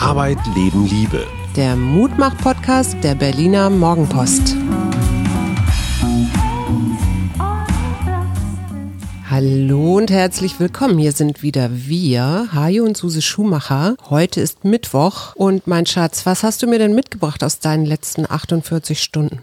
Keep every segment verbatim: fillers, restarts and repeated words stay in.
Arbeit, Leben, Liebe. Der Mutmach-Podcast der Berliner Morgenpost. Hallo und herzlich willkommen. Hier sind wieder wir, Hajo und Suse Schumacher. Heute ist Mittwoch und mein Schatz, was hast du mir denn mitgebracht aus deinen letzten achtundvierzig Stunden?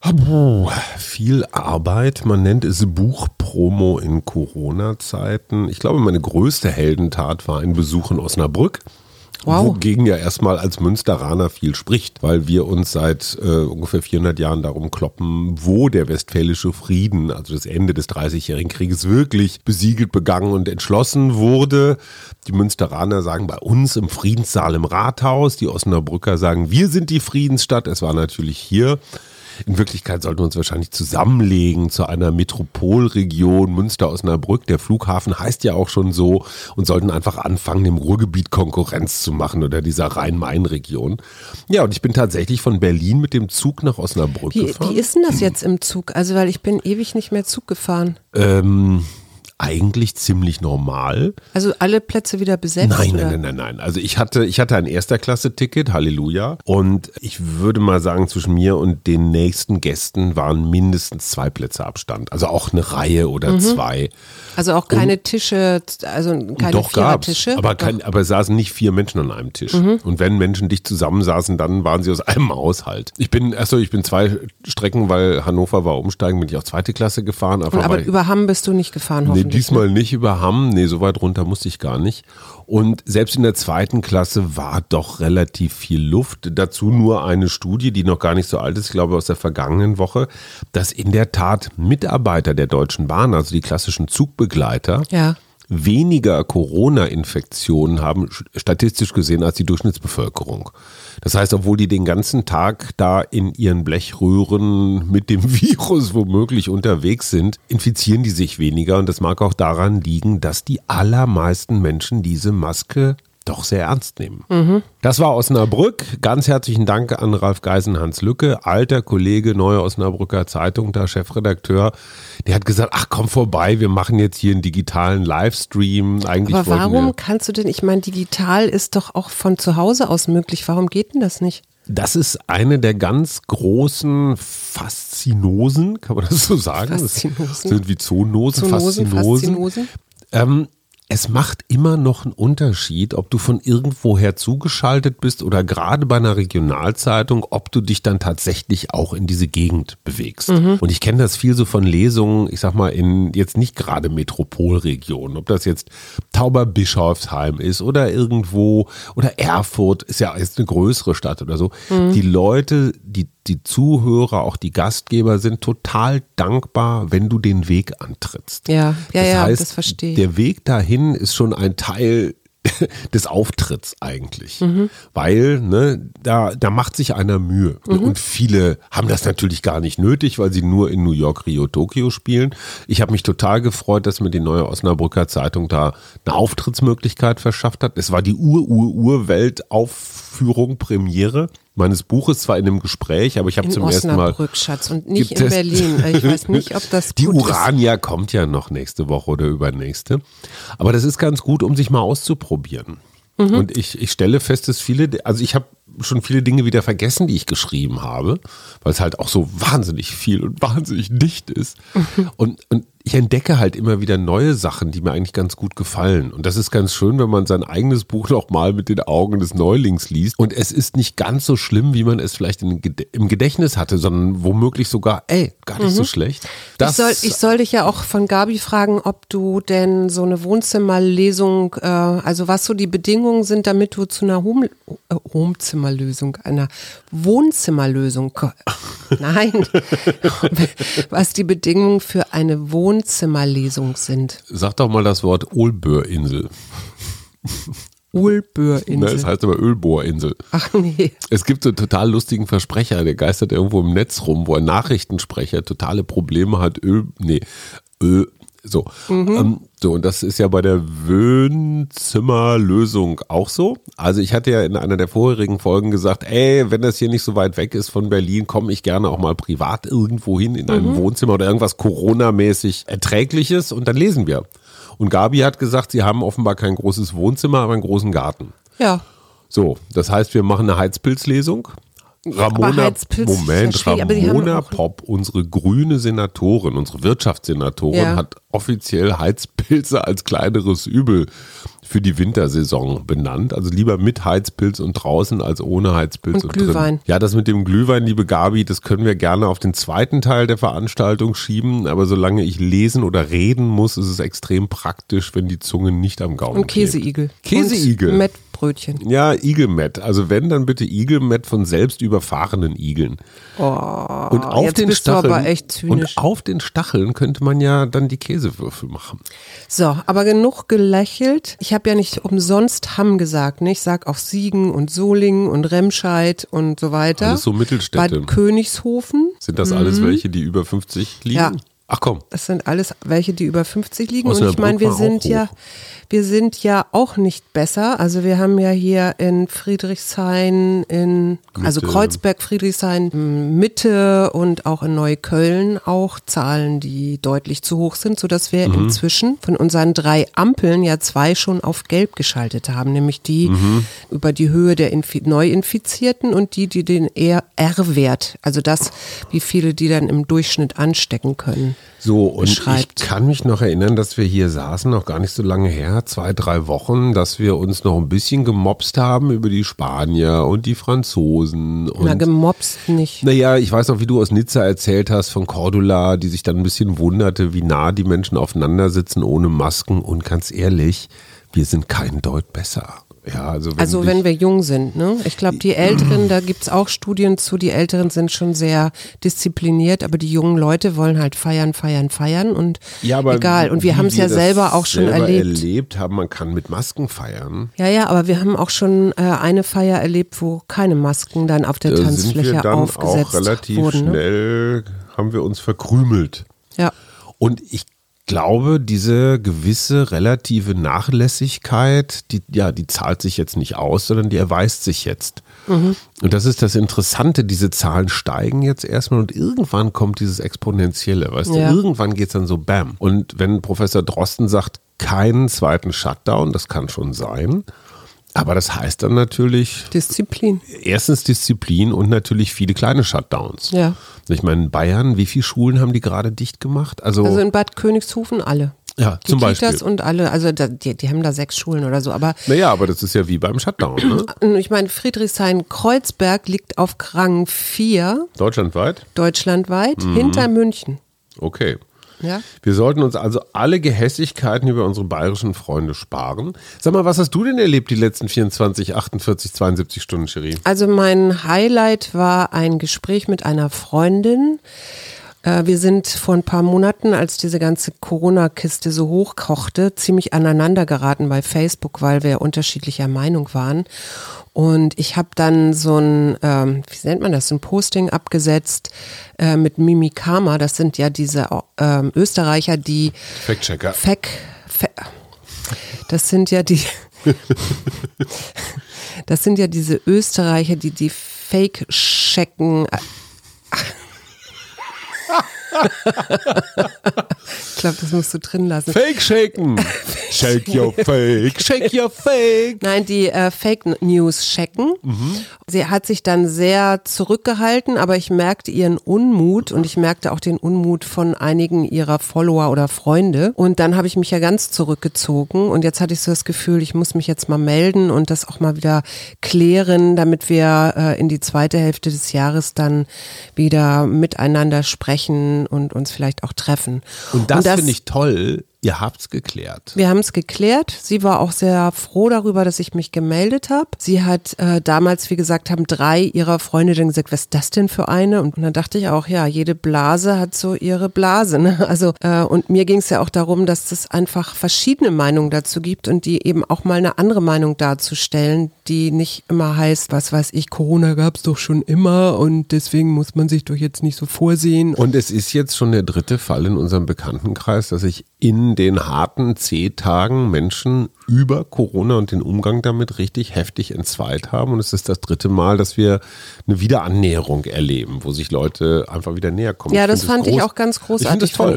Oh, viel Arbeit. Man nennt es Buchpromo in Corona-Zeiten. Ich glaube, meine größte Heldentat war ein Besuch in Osnabrück. Wow. Wogegen ja erstmal als Münsteraner viel spricht, weil wir uns seit äh, ungefähr vierhundert Jahren darum kloppen, wo der Westfälische Frieden, also das Ende des dreißigjährigen Krieges, wirklich besiegelt, begangen und entschlossen wurde. Die Münsteraner sagen bei uns im Friedenssaal im Rathaus, die Osnabrücker sagen, wir sind die Friedensstadt. Es war natürlich hier. In Wirklichkeit sollten wir uns wahrscheinlich zusammenlegen zu einer Metropolregion Münster-Osnabrück. Der Flughafen heißt ja auch schon so und sollten einfach anfangen, dem Ruhrgebiet Konkurrenz zu machen oder dieser Rhein-Main-Region. Ja, und ich bin tatsächlich von Berlin mit dem Zug nach Osnabrück wie, gefahren. Wie ist denn das jetzt im Zug? Also, weil ich bin ewig nicht mehr Zug gefahren. Ähm... Eigentlich ziemlich normal. Also alle Plätze wieder besetzt? Nein, oder? nein, nein, nein, nein. Also ich hatte, ich hatte ein Erster-Klasse-Ticket, Halleluja. Und ich würde mal sagen, zwischen mir und den nächsten Gästen waren mindestens zwei Plätze Abstand. Also auch eine Reihe oder mhm. zwei. Also auch keine und, Tische, also keine doch Vierertische? Aber, kein, aber es saßen nicht vier Menschen an einem Tisch. Mhm. Und wenn Menschen dicht zusammensaßen, dann waren sie aus einem Haushalt. Ich bin, achso, ich bin zwei Strecken, weil Hannover war umsteigen, bin ich auch zweite Klasse gefahren. Und aber über Hamm bist du nicht gefahren, hoffentlich? Nee, diesmal nicht über Hamm. Nee, so weit runter musste ich gar nicht. Und selbst in der zweiten Klasse war doch relativ viel Luft. Dazu nur eine Studie, die noch gar nicht so alt ist, ich glaube aus der vergangenen Woche, dass in der Tat Mitarbeiter der Deutschen Bahn, also die klassischen Zugbegleiter, ja. weniger Corona-Infektionen haben, statistisch gesehen, als die Durchschnittsbevölkerung. Das heißt, obwohl die den ganzen Tag da in ihren Blechröhren mit dem Virus womöglich unterwegs sind, infizieren die sich weniger. Und das mag auch daran liegen, dass die allermeisten Menschen diese Maske doch sehr ernst nehmen. Mhm. Das war Osnabrück. Ganz herzlichen Dank an Ralf Geisen-Hans-Lücke, alter Kollege, Neue Osnabrücker Zeitung, da Chefredakteur. Der hat gesagt, ach komm vorbei, wir machen jetzt hier einen digitalen Livestream. Eigentlich Aber warum wir kannst du denn, ich meine, digital ist doch auch von zu Hause aus möglich. Warum geht denn das nicht? Das ist eine der ganz großen Faszinosen, kann man das so sagen? Faszinosen. Das sind wie Zoonosen, Zoonosen Faszinosen. Faszinosen. Ähm, Es macht immer noch einen Unterschied, ob du von irgendwoher zugeschaltet bist oder gerade bei einer Regionalzeitung, ob du dich dann tatsächlich auch in diese Gegend bewegst. Mhm. Und ich kenne das viel so von Lesungen, ich sag mal, in jetzt nicht gerade Metropolregionen, ob das jetzt Tauberbischofsheim ist oder irgendwo, oder Erfurt, ist ja jetzt eine größere Stadt oder so. Mhm. Die Leute, die Die Zuhörer, auch die Gastgeber sind total dankbar, wenn du den Weg antrittst. Ja, ja, das ja, heißt, das verstehe ich. Der Weg dahin ist schon ein Teil des Auftritts eigentlich, mhm. weil ne, da, da macht sich einer Mühe mhm. und viele haben das natürlich gar nicht nötig, weil sie nur in New York, Rio, Tokio spielen. Ich habe mich total gefreut, dass mir die Neue Osnabrücker Zeitung da eine Auftrittsmöglichkeit verschafft hat. Es war die Ur-Ur-Ur-Weltaufführung, Premiere meines Buches, zwar in einem Gespräch, aber ich habe zum ersten Mal... In Osnabrück, Schatz, und nicht in Berlin. Ich weiß nicht, ob das Die gut Urania ist. Kommt ja noch nächste Woche oder übernächste. Aber das ist ganz gut, um sich mal auszuprobieren. Mhm. Und ich, ich stelle fest, dass viele, also ich habe schon viele Dinge wieder vergessen, die ich geschrieben habe, weil es halt auch so wahnsinnig viel und wahnsinnig dicht ist. Mhm. Und, und ich entdecke halt immer wieder neue Sachen, die mir eigentlich ganz gut gefallen. Und das ist ganz schön, wenn man sein eigenes Buch noch mal mit den Augen des Neulings liest. Und es ist nicht ganz so schlimm, wie man es vielleicht in, im Gedächtnis hatte, sondern womöglich sogar, ey, gar nicht mhm. so schlecht. Das ich, soll, ich soll dich ja auch von Gabi fragen, ob du denn so eine Wohnzimmerlesung, äh, also was so die Bedingungen sind, damit du zu einer Home, äh, Homezimmerlösung, einer Wohnzimmerlösung, nein, was die Bedingungen für eine Wohnzimmerlesung sind. Sag doch mal das Wort Olböhrinsel. Olböhrinsel. Es heißt aber Ölbohrinsel. Ach nee. Es gibt so einen total lustigen Versprecher, der geistert irgendwo im Netz rum, wo ein Nachrichtensprecher totale Probleme hat, Öl, nee, Öl, so. Mhm. Ähm, so, und das ist ja bei der Wohnzimmerlösung auch so. Also ich hatte ja in einer der vorherigen Folgen gesagt, ey, wenn das hier nicht so weit weg ist von Berlin, komme ich gerne auch mal privat irgendwo hin in ein mhm. Wohnzimmer oder irgendwas Corona-mäßig Erträgliches und dann lesen wir. Und Gabi hat gesagt, sie haben offenbar kein großes Wohnzimmer, aber einen großen Garten. Ja. So, das heißt, wir machen eine Heizpilzlesung. Ramona, Heizpilz, Moment, ja Ramona Popp, unsere grüne Senatorin, unsere Wirtschaftssenatorin, ja. hat offiziell Heizpilze als kleineres Übel für die Wintersaison benannt. Also lieber mit Heizpilz und draußen als ohne Heizpilz und, und Glühwein. Drin. Ja, das mit dem Glühwein, liebe Gabi, das können wir gerne auf den zweiten Teil der Veranstaltung schieben. Aber solange ich lesen oder reden muss, ist es extrem praktisch, wenn die Zunge nicht am Gaumen Und Käseigel. Klebt. Käseigel. Und Mettbrötchen. Ja, Igelmett. Also wenn, dann bitte Igelmett von selbst überfahrenen Igeln. Oh, und auf jetzt den bist Stacheln, du aber echt zynisch. Und auf den Stacheln könnte man ja dann die Käsewürfel machen. So, aber genug gelächelt. Ich habe ja nicht umsonst Hamm gesagt. Ne? Ich sage auch Siegen und Solingen und Remscheid und so weiter. Alles so Mittelstädte. Bad Königshofen. Sind das alles mhm. welche, die über fünfzig liegen? Ja. Ach komm. Das sind alles welche, die über fünfzig liegen. Und Osnabrück ich meine, wir sind hoch. ja, wir sind ja auch nicht besser. Also wir haben ja hier in Friedrichshain, in Mitte. also Kreuzberg, Friedrichshain, Mitte und auch in Neukölln auch Zahlen, die deutlich zu hoch sind, sodass wir mhm. inzwischen von unseren drei Ampeln ja zwei schon auf Gelb geschaltet haben, nämlich die mhm. über die Höhe der Infi- Neuinfizierten und die, die den R-Wert, also das, wie viele die dann im Durchschnitt anstecken können. So, und beschreibt. Ich kann mich noch erinnern, dass wir hier saßen, noch gar nicht so lange her, zwei, drei Wochen, dass wir uns noch ein bisschen gemopst haben über die Spanier und die Franzosen. Und, Na, gemopst nicht. Naja, ich weiß auch, wie du aus Nizza erzählt hast, von Cordula, die sich dann ein bisschen wunderte, wie nah die Menschen aufeinander sitzen ohne Masken. Und ganz ehrlich, wir sind kein Deut besser. Ja, also wenn, also wenn wir jung sind, ne? Ich glaube, die Älteren, da gibt es auch Studien zu, die Älteren sind schon sehr diszipliniert, aber die jungen Leute wollen halt feiern, feiern, feiern und ja, aber egal. Und wir haben es ja selber auch schon selber erlebt. erlebt haben, man kann mit Masken feiern. Ja, ja, aber wir haben auch schon äh, eine Feier erlebt, wo keine Masken dann auf der da Tanzfläche sind wir dann aufgesetzt auch relativ wurden. Schnell ne? haben wir uns verkrümelt. Ja. Und ich Ich glaube, diese gewisse relative Nachlässigkeit, die, ja, die zahlt sich jetzt nicht aus, sondern die erweist sich jetzt. Mhm. Und das ist das Interessante, diese Zahlen steigen jetzt erstmal und irgendwann kommt dieses Exponentielle, weißt ja. du, irgendwann geht es dann so bam. Und wenn Professor Drosten sagt, keinen zweiten Shutdown, das kann schon sein, aber das heißt dann natürlich Disziplin. Erstens Disziplin und natürlich viele kleine Shutdowns. Ja. Ich meine, in Bayern, wie viele Schulen haben die gerade dicht gemacht? Also, also in Bad Königshofen alle. Ja, die zum Kitas Beispiel. Und alle, also da, die, die haben da sechs Schulen oder so, aber. Naja, aber das ist ja wie beim Shutdown, ne? Ich meine, Friedrichshain-Kreuzberg liegt auf Rang vier. Deutschlandweit? Deutschlandweit, mhm. hinter München. Okay. Ja? Wir sollten uns also alle Gehässigkeiten über unsere bayerischen Freunde sparen. Sag mal, was hast du denn erlebt die letzten vierundzwanzig, achtundvierzig, zweiundsiebzig Stunden, Cherie? Also mein Highlight war ein Gespräch mit einer Freundin. Wir sind vor ein paar Monaten, als diese ganze Corona-Kiste so hochkochte, ziemlich aneinander geraten bei Facebook, weil wir unterschiedlicher Meinung waren. Und ich habe dann so ein, ähm, wie nennt man das, ein Posting abgesetzt äh, mit Mimikama. Das sind ja diese ähm, Österreicher, die Fact-Checker. Fact, Fact, das sind ja die, das sind ja diese Österreicher, die die Fake-Checken. Ich glaube, das musst du drin lassen. Fake shaken. Shake your fake. Shake your fake. Nein, die äh, Fake News checken. Mhm. Sie hat sich dann sehr zurückgehalten, aber ich merkte ihren Unmut und ich merkte auch den Unmut von einigen ihrer Follower oder Freunde. Und dann habe ich mich ja ganz zurückgezogen und jetzt hatte ich so das Gefühl, ich muss mich jetzt mal melden und das auch mal wieder klären, damit wir äh, in die zweite Hälfte des Jahres dann wieder miteinander sprechen und uns vielleicht auch treffen. Und das, das finde ich toll. Ihr habt's geklärt. Wir haben es geklärt. Sie war auch sehr froh darüber, dass ich mich gemeldet habe. Sie hat äh, damals, wie gesagt, haben drei ihrer Freunde dann gesagt, was ist das denn für eine? Und, und dann dachte ich auch, ja, jede Blase hat so ihre Blase. Ne? Also äh, und mir ging es ja auch darum, dass es einfach verschiedene Meinungen dazu gibt und die eben auch mal eine andere Meinung darzustellen, die nicht immer heißt, was weiß ich, Corona gab's doch schon immer und deswegen muss man sich doch jetzt nicht so vorsehen. Und es ist jetzt schon der dritte Fall in unserem Bekanntenkreis, dass ich in den harten C-Tagen Menschen über Corona und den Umgang damit richtig heftig entzweit haben. Und es ist das dritte Mal, dass wir eine Wiederannäherung erleben, wo sich Leute einfach wieder näher kommen. Ja, ich das fand ich auch ganz großartig ich von ihr.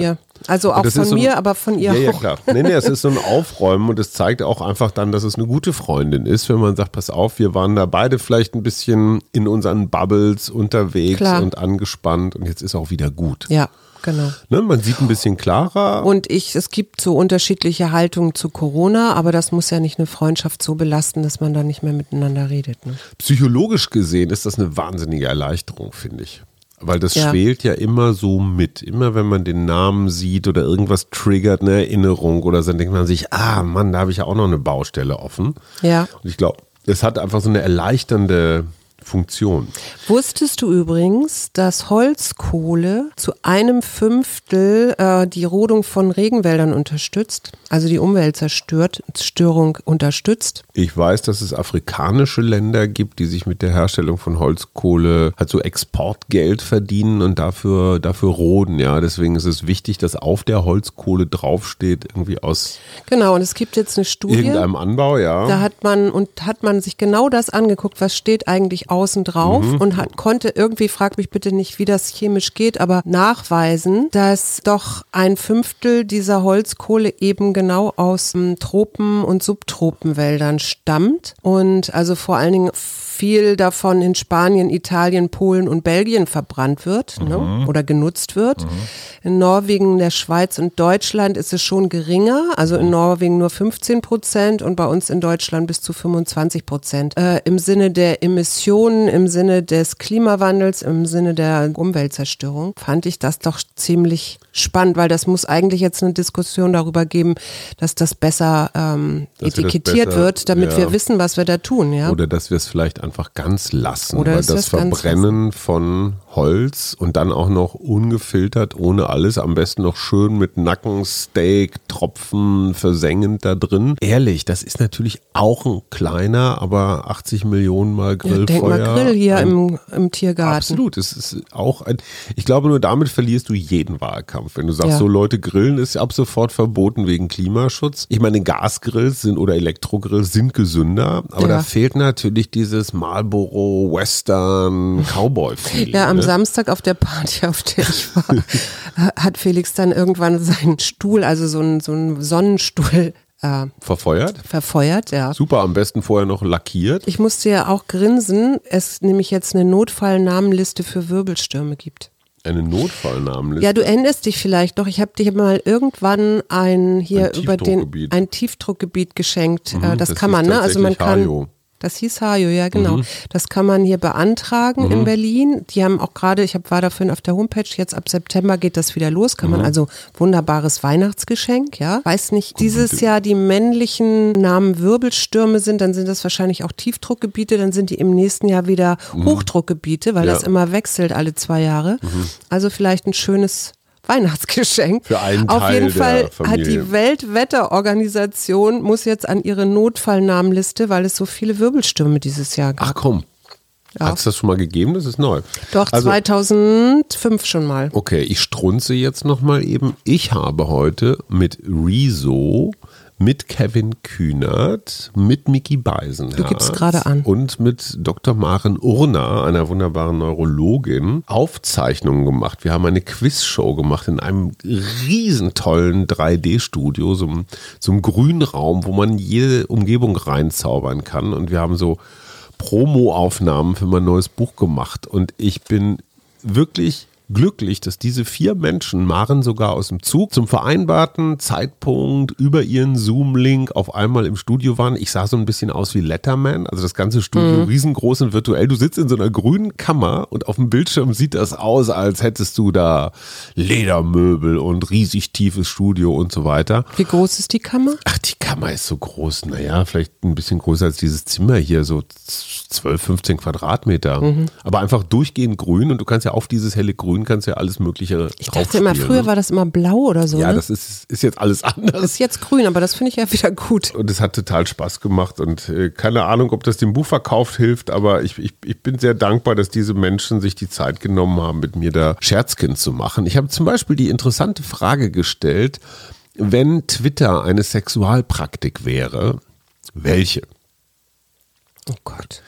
Also auch von so mir, ein, aber von ihr ja, auch. Ja, klar. Nee, nee, es ist so ein Aufräumen und es zeigt auch einfach dann, dass es eine gute Freundin ist, wenn man sagt, pass auf, wir waren da beide vielleicht ein bisschen in unseren Bubbles unterwegs klar. und angespannt und jetzt ist auch wieder gut. Ja. Genau. Ne, man sieht ein bisschen klarer. Und ich, es gibt so unterschiedliche Haltungen zu Corona, aber das muss ja nicht eine Freundschaft so belasten, dass man da nicht mehr miteinander redet. Ne? Psychologisch gesehen ist das eine wahnsinnige Erleichterung, finde ich. Weil das ja. schwelt ja immer so mit. Immer wenn man den Namen sieht oder irgendwas triggert, eine Erinnerung oder so, dann denkt man sich, ah Mann, da habe ich ja auch noch eine Baustelle offen. Ja. Und ich glaube, es hat einfach so eine erleichternde Funktion. Wusstest du übrigens, dass Holzkohle zu einem Fünftel äh, die Rodung von Regenwäldern unterstützt, also die Umweltzerstörung unterstützt? Ich weiß, dass es afrikanische Länder gibt, die sich mit der Herstellung von Holzkohle halt so Exportgeld verdienen und dafür, dafür roden. Ja, deswegen ist es wichtig, dass auf der Holzkohle draufsteht, irgendwie aus genau, und es gibt jetzt eine Studie, irgendeinem Anbau, ja. Da hat man und hat man sich genau das angeguckt, was steht eigentlich außen drauf mhm. und hat, konnte irgendwie, frag mich bitte nicht, wie das chemisch geht, aber nachweisen, dass doch ein Fünftel dieser Holzkohle eben genau aus ähm, Tropen- und Subtropenwäldern stammt und also vor allen Dingen viel davon in Spanien, Italien, Polen und Belgien verbrannt wird mhm. ne, oder genutzt wird. Mhm. In Norwegen, der Schweiz und Deutschland ist es schon geringer, also in Norwegen nur fünfzehn Prozent und bei uns in Deutschland bis zu fünfundzwanzig Prozent. Äh, im Sinne der Emissionen, im Sinne des Klimawandels, im Sinne der Umweltzerstörung fand ich das doch ziemlich spannend, weil das muss eigentlich jetzt eine Diskussion darüber geben, dass das besser ähm, dass etikettiert das besser, wird, damit ja. wir wissen, was wir da tun. Ja? Oder dass wir es vielleicht einfach ganz lassen, Oder weil das Verbrennen von Holz und dann auch noch ungefiltert, ohne alles, am besten noch schön mit Nackensteak, Tropfen versengend da drin. Ehrlich, das ist natürlich auch ein kleiner, aber achtzig Millionen Mal Grillfeuer. Ja, denk mal Grill hier ein, im, im Tiergarten. Absolut, es ist auch ein, ich glaube nur damit verlierst du jeden Wahlkampf. Wenn du sagst, ja. so Leute, Grillen ist ab sofort verboten wegen Klimaschutz. Ich meine, Gasgrills sind oder Elektrogrills sind gesünder, aber ja. da fehlt natürlich dieses Marlboro, Western, Cowboy-Feeling. Ja, am ne? Samstag auf der Party, auf der ich war, hat Felix dann irgendwann seinen Stuhl, also so einen, so einen Sonnenstuhl äh, verfeuert? Verfeuert, ja. Super, am besten vorher noch lackiert. Ich musste ja auch grinsen, es nämlich jetzt eine Notfallnamenliste für Wirbelstürme gibt. Eine Notfallnamenliste? Ja, du erinnerst dich vielleicht noch, ich habe dir mal irgendwann ein hier ein über den ein Tiefdruckgebiet geschenkt. Mhm, das, das kann man, ne? Also man kann Hajo. Das hieß Hajo, ja genau. Mhm. Das kann man hier beantragen mhm. in Berlin. Die haben auch gerade, ich hab, war dafür auf der Homepage, jetzt ab September geht das wieder los. Kann mhm. man also wunderbares Weihnachtsgeschenk, ja. Weiß nicht, dieses Jahr die männlichen Namen Wirbelstürme sind, dann sind das wahrscheinlich auch Tiefdruckgebiete, dann sind die im nächsten Jahr wieder mhm. Hochdruckgebiete, weil ja. das immer wechselt alle zwei Jahre. Mhm. Also vielleicht ein schönes Weihnachtsgeschenk. Für einen Auf Teil jeden Fall der hat die Weltwetterorganisation muss jetzt an ihre Notfallnamenliste, weil es so viele Wirbelstürme dieses Jahr gab. Ach komm. Ja. Hat es das schon mal gegeben? Das ist neu. Doch, also, zweitausendfünf schon mal. Okay, ich strunze jetzt nochmal eben. Ich habe heute mit Rezo, mit Kevin Kühnert, mit Micky Beisenherz. Du gibst gerade an. Und mit Doktor Maren Urner, einer wunderbaren Neurologin, Aufzeichnungen gemacht. Wir haben eine Quizshow gemacht in einem riesen tollen drei D-Studio, so, so einem Grünraum, wo man jede Umgebung reinzaubern kann. Und wir haben so Promo-Aufnahmen für mein neues Buch gemacht. Und ich bin wirklich glücklich, dass diese vier Menschen, Maren sogar aus dem Zug, zum vereinbarten Zeitpunkt über ihren Zoom-Link auf einmal im Studio waren. Ich sah so ein bisschen aus wie Letterman, also das ganze Studio mhm. riesengroß und virtuell. Du sitzt in so einer grünen Kammer und auf dem Bildschirm sieht das aus, als hättest du da Ledermöbel und riesig tiefes Studio und so weiter. Wie groß ist die Kammer? Ach, die Kammer ist so groß, naja, vielleicht ein bisschen größer als dieses Zimmer hier, so zwölf, fünfzehn Quadratmeter. Mhm. Aber einfach durchgehend grün und du kannst ja auf dieses helle Grün kannst ja alles Mögliche Ich dachte immer, früher ne? war das immer blau oder so. Ja, ne? das ist, ist jetzt alles anders. Das ist jetzt grün, aber das finde ich ja wieder gut. Und es hat total Spaß gemacht und äh, keine Ahnung, ob das dem Buchverkauf hilft, aber ich, ich, ich bin sehr dankbar, dass diese Menschen sich die Zeit genommen haben, mit mir da Scherzkind zu machen. Ich habe zum Beispiel die interessante Frage gestellt, wenn Twitter eine Sexualpraktik wäre, welche? Oh Gott.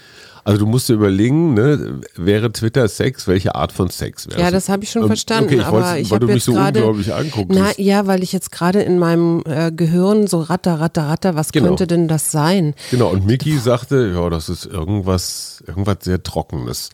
Also du musst dir überlegen, ne, wäre Twitter Sex, welche Art von Sex wäre es? Ja, das habe ich schon ähm, verstanden, okay, ich aber ich weil habe du mich jetzt so gerade, unglaublich anguckst. na ja, weil ich jetzt gerade in meinem äh, Gehirn so ratter, ratter, ratter, was Genau. könnte denn das sein? Genau, und Micky sagte, ja, das ist irgendwas, irgendwas sehr Trockenes.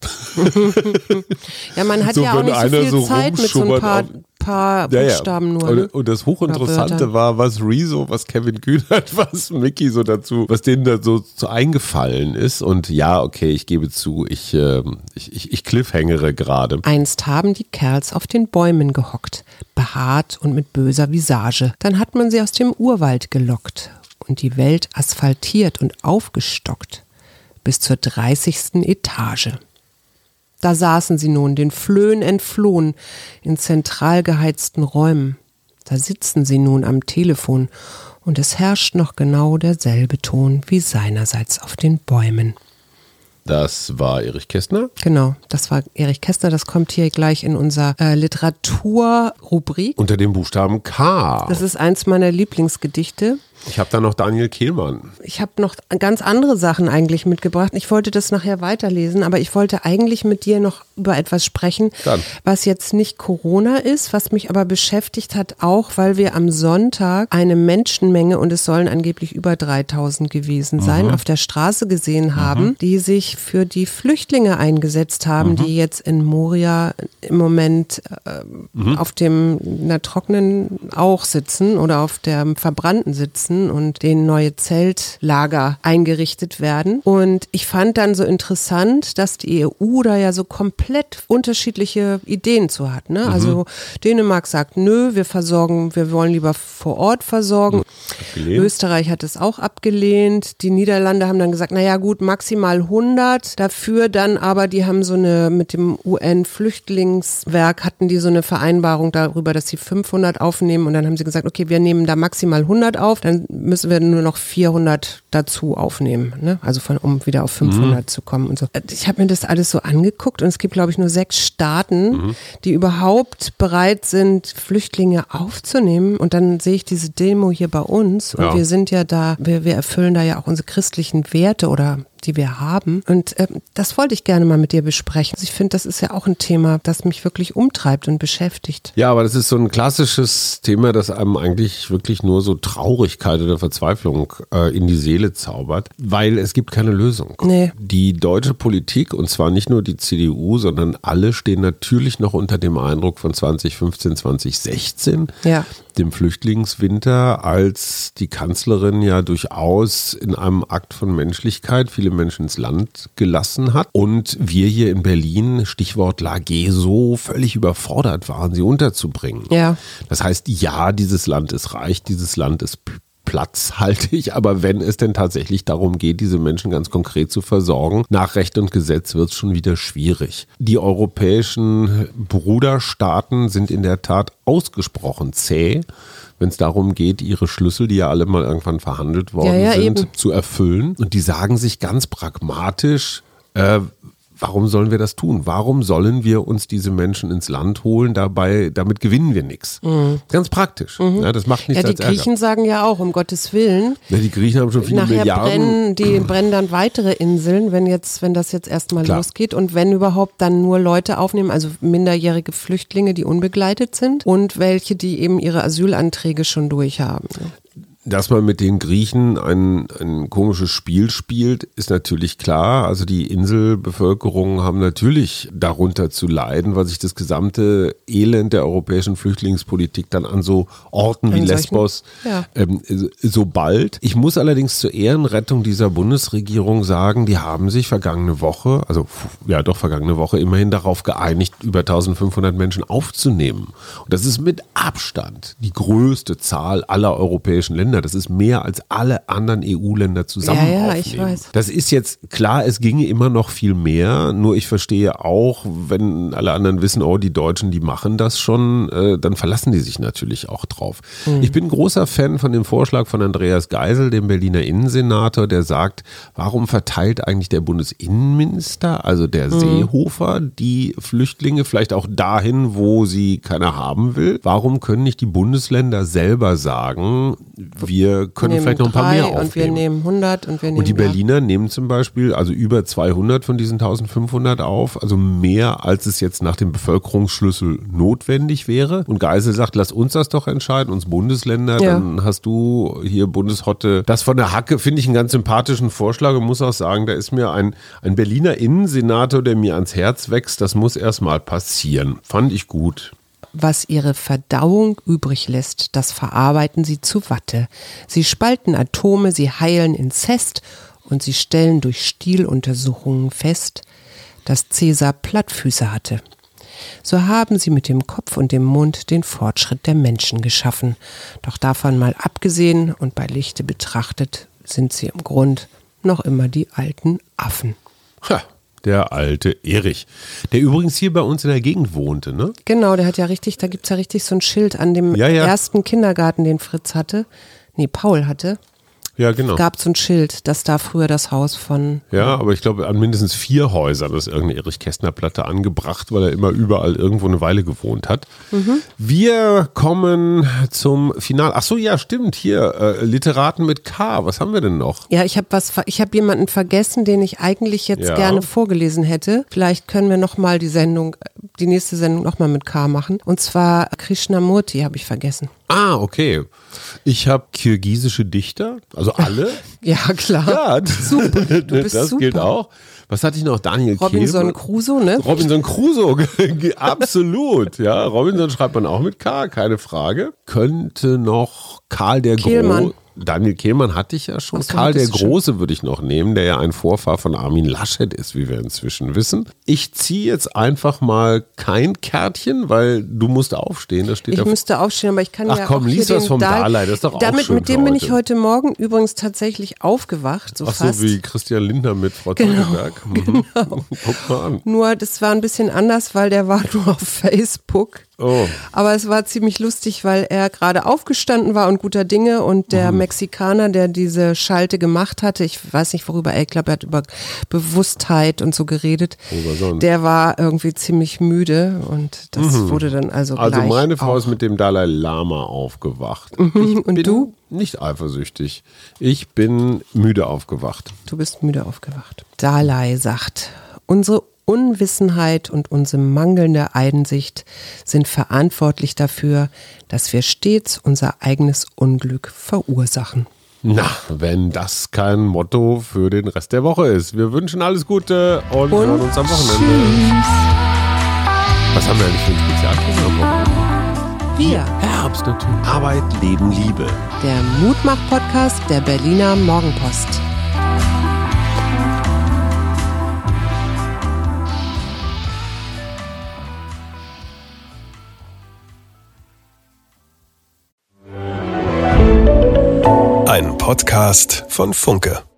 Ja, man hat So, ja auch wenn nicht so einer viel so Zeit mit so ein paar, rumschubbert paar Ja, ja. Buchstaben nur. Und, Ne? und das Hochinteressante Wörtern. war, was Rezo, was Kevin Kühnert, was Micky so dazu, was denen da so, so eingefallen ist. Und ja, okay, ich gebe zu, ich, äh, ich, ich, ich cliffhangere gerade. Einst haben die Kerls auf den Bäumen gehockt, behaart und mit böser Visage. Dann hat man sie aus dem Urwald gelockt und die Welt asphaltiert und aufgestockt bis zur dreißigsten Etage. Da saßen sie nun, den Flöhen entflohen, in zentral geheizten Räumen. Da sitzen sie nun am Telefon und es herrscht noch genau derselbe Ton wie seinerseits auf den Bäumen. Das war Erich Kästner. Genau, das war Erich Kästner, das kommt hier gleich in unserer äh, Literaturrubrik. Unter dem Buchstaben K. Das ist eins meiner Lieblingsgedichte. Ich habe da noch Daniel Kehlmann. Ich habe noch ganz andere Sachen eigentlich mitgebracht. Ich wollte das nachher weiterlesen, aber ich wollte eigentlich mit dir noch über etwas sprechen, Dann. was jetzt nicht Corona ist, was mich aber beschäftigt hat, auch weil wir am Sonntag eine Menschenmenge, und es sollen angeblich über dreitausend gewesen sein, mhm. auf der Straße gesehen haben, mhm. die sich für die Flüchtlinge eingesetzt haben, mhm. die jetzt in Moria im Moment äh, mhm. auf dem na, trockenen auch sitzen oder auf dem verbrannten sitzen und denen neue Zeltlager eingerichtet werden. Und ich fand dann so interessant, dass die E U da ja so komplett unterschiedliche Ideen zu hat. Ne? Mhm. Also Dänemark sagt, nö, wir versorgen, wir wollen lieber vor Ort versorgen. Abgelehnt. Österreich hat es auch abgelehnt. Die Niederlande haben dann gesagt, naja gut, maximal hundert. Dafür dann aber, die haben so eine, mit dem U N-Flüchtlingswerk hatten die so eine Vereinbarung darüber, dass sie fünfhundert aufnehmen. Und dann haben sie gesagt, okay, wir nehmen da maximal hundert auf. Dann müssen wir nur noch vierhundert dazu aufnehmen, ne? Also von, um wieder auf fünfhundert mhm. zu kommen und so. Ich habe mir das alles so angeguckt und es gibt, glaube ich, nur sechs Staaten, mhm. die überhaupt bereit sind, Flüchtlinge aufzunehmen. Und dann sehe ich diese Demo hier bei uns und ja. wir sind ja da, wir, wir erfüllen da ja auch unsere christlichen Werte oder die wir haben. Und äh, das wollte ich gerne mal mit dir besprechen. Also ich finde, das ist ja auch ein Thema, das mich wirklich umtreibt und beschäftigt. Ja, aber das ist so ein klassisches Thema, das einem eigentlich wirklich nur so Traurigkeit oder Verzweiflung äh, in die Seele zaubert, weil es gibt keine Lösung. Nee. Die deutsche Politik, und zwar nicht nur die C D U, sondern alle stehen natürlich noch unter dem Eindruck von zwanzig fünfzehn, zwanzig sechzehn. Ja. Dem Flüchtlingswinter, als die Kanzlerin ja durchaus in einem Akt von Menschlichkeit viele Menschen ins Land gelassen hat und wir hier in Berlin, Stichwort Lage, so völlig überfordert waren, sie unterzubringen. Ja. Das heißt, ja, dieses Land ist reich, dieses Land ist platzhaltig, aber wenn es denn tatsächlich darum geht, diese Menschen ganz konkret zu versorgen, nach Recht und Gesetz wird es schon wieder schwierig. Die europäischen Bruderstaaten sind in der Tat ausgesprochen zäh, wenn es darum geht, ihre Schlüssel, die ja alle mal irgendwann verhandelt worden ja, ja, sind, eben. zu erfüllen. Und die sagen sich ganz pragmatisch, äh, warum sollen wir das tun? Warum sollen wir uns diese Menschen ins Land holen? Dabei, damit gewinnen wir nichts. Mhm. Ganz praktisch. Mhm. Ja, das macht nichts ja, die als Ärger. Griechen sagen ja auch, um Gottes Willen. Ja, die Griechen haben schon viele Nachher Milliarden. brennen, die brennen dann weitere Inseln, wenn jetzt, wenn das jetzt erstmal losgeht und wenn überhaupt dann nur Leute aufnehmen, also minderjährige Flüchtlinge, die unbegleitet sind und welche, die eben ihre Asylanträge schon durchhaben. Dass man mit den Griechen ein, ein komisches Spiel spielt, ist natürlich klar. Also die Inselbevölkerungen haben natürlich darunter zu leiden, weil sich das gesamte Elend der europäischen Flüchtlingspolitik dann an so Orten wie Lesbos ja. ähm, so bald. Ich muss allerdings zur Ehrenrettung dieser Bundesregierung sagen, die haben sich vergangene Woche, also ja doch vergangene Woche immerhin darauf geeinigt, über eintausendfünfhundert Menschen aufzunehmen. Und das ist mit Abstand die größte Zahl aller europäischen Länder. Das ist mehr als alle anderen E U-Länder zusammen ja, ja, aufnehmen. Ich weiß. Das ist jetzt klar, es ginge immer noch viel mehr, nur ich verstehe auch, wenn alle anderen wissen, oh, die Deutschen, die machen das schon, äh, dann verlassen die sich natürlich auch drauf. Mhm. Ich bin großer Fan von dem Vorschlag von Andreas Geisel, dem Berliner Innensenator, der sagt, warum verteilt eigentlich der Bundesinnenminister, also der mhm. Seehofer, die Flüchtlinge vielleicht auch dahin, wo sie keiner haben will? Warum können nicht die Bundesländer selber sagen, wir können nehmen vielleicht noch ein paar drei mehr aufnehmen. Und wir nehmen hundert und wir nehmen. Und die Berliner ja. nehmen zum Beispiel also über zweihundert von diesen eintausendfünfhundert auf, also mehr als es jetzt nach dem Bevölkerungsschlüssel notwendig wäre. Und Geisel sagt, lass uns das doch entscheiden, uns Bundesländer, ja. dann hast du hier Bundeshotte. Das von der Hacke finde ich einen ganz sympathischen Vorschlag und muss auch sagen, da ist mir ein, ein Berliner Innensenator, der mir ans Herz wächst, das muss erstmal passieren. Fand ich gut. Was ihre Verdauung übrig lässt, das verarbeiten sie zu Watte. Sie spalten Atome, sie heilen Inzest und sie stellen durch Stieluntersuchungen fest, dass Cäsar Plattfüße hatte. So haben sie mit dem Kopf und dem Mund den Fortschritt der Menschen geschaffen. Doch davon mal abgesehen und bei Lichte betrachtet, sind sie im Grund noch immer die alten Affen. Ha. Der alte Erich, der übrigens hier bei uns in der Gegend wohnte, ne? Genau, der hat ja richtig, da gibt es ja richtig so ein Schild an dem ja, ja. ersten Kindergarten, den Fritz hatte, nee, Paul hatte. Ja, genau. Es gab so ein Schild, dass da früher das Haus von... Ja, aber ich glaube, an mindestens vier Häusern ist irgendeine Erich-Kästner-Platte angebracht, weil er immer überall irgendwo eine Weile gewohnt hat. Mhm. Wir kommen zum Finale. Ach so, ja, stimmt, hier, äh, Literaten mit K. Was haben wir denn noch? Ja, ich habe was, ich habe jemanden vergessen, den ich eigentlich jetzt ja. gerne vorgelesen hätte. Vielleicht können wir nochmal die Sendung, die nächste Sendung nochmal mit K machen. Und zwar Krishnamurti habe ich vergessen. Ah, okay. Ich habe kirgisische Dichter, also alle. Ja, klar. Ja, super. Du bist das super. gilt auch. Was hatte ich noch? Daniel Robinson Kehl. Crusoe, ne? Robinson Crusoe, absolut. Ja, Robinson schreibt man auch mit K, keine Frage. Könnte noch Karl der Große. Daniel Kehlmann hatte ich ja schon. So, Karl der Große würde ich noch nehmen, der ja ein Vorfahr von Armin Laschet ist, wie wir inzwischen wissen. Ich ziehe jetzt einfach mal kein Kärtchen, weil du musst aufstehen. Das steht ich auf müsste aufstehen, aber ich kann Ach ja komm, auch lies hier was vom Dal- Dalai, das ist doch auch Damit, schön Mit dem für bin heute. ich heute Morgen übrigens tatsächlich aufgewacht, so Ach so, fast. wie Christian Lindner mit Frau Genau, Teuteberg. Mhm. genau. Guck mal an. Nur, das war ein bisschen anders, weil der war nur auf Facebook. Oh. Aber es war ziemlich lustig, weil er gerade aufgestanden war und guter Dinge und der mhm. Mexikaner, der diese Schalte gemacht hatte, ich weiß nicht worüber, ich glaube, er hat über Bewusstheit und so geredet, der war irgendwie ziemlich müde und das mhm. wurde dann also Also gleich meine Frau auch. ist mit dem Dalai Lama aufgewacht. Mhm. Ich und bin du? Nicht eifersüchtig. Ich bin müde aufgewacht. Du bist müde aufgewacht. Dalai sagt, unsere Unwissenheit und unsere mangelnde Einsicht sind verantwortlich dafür, dass wir stets unser eigenes Unglück verursachen. Na, wenn das kein Motto für den Rest der Woche ist. Wir wünschen alles Gute und, und hören uns am Wochenende. Tschüss. Was haben wir eigentlich für ein Spezialprogramm am Wochenende? Wir. Herbst natürlich. Arbeit, Leben, Liebe. Der Mutmach-Podcast der Berliner Morgenpost. Ein Podcast von Funke.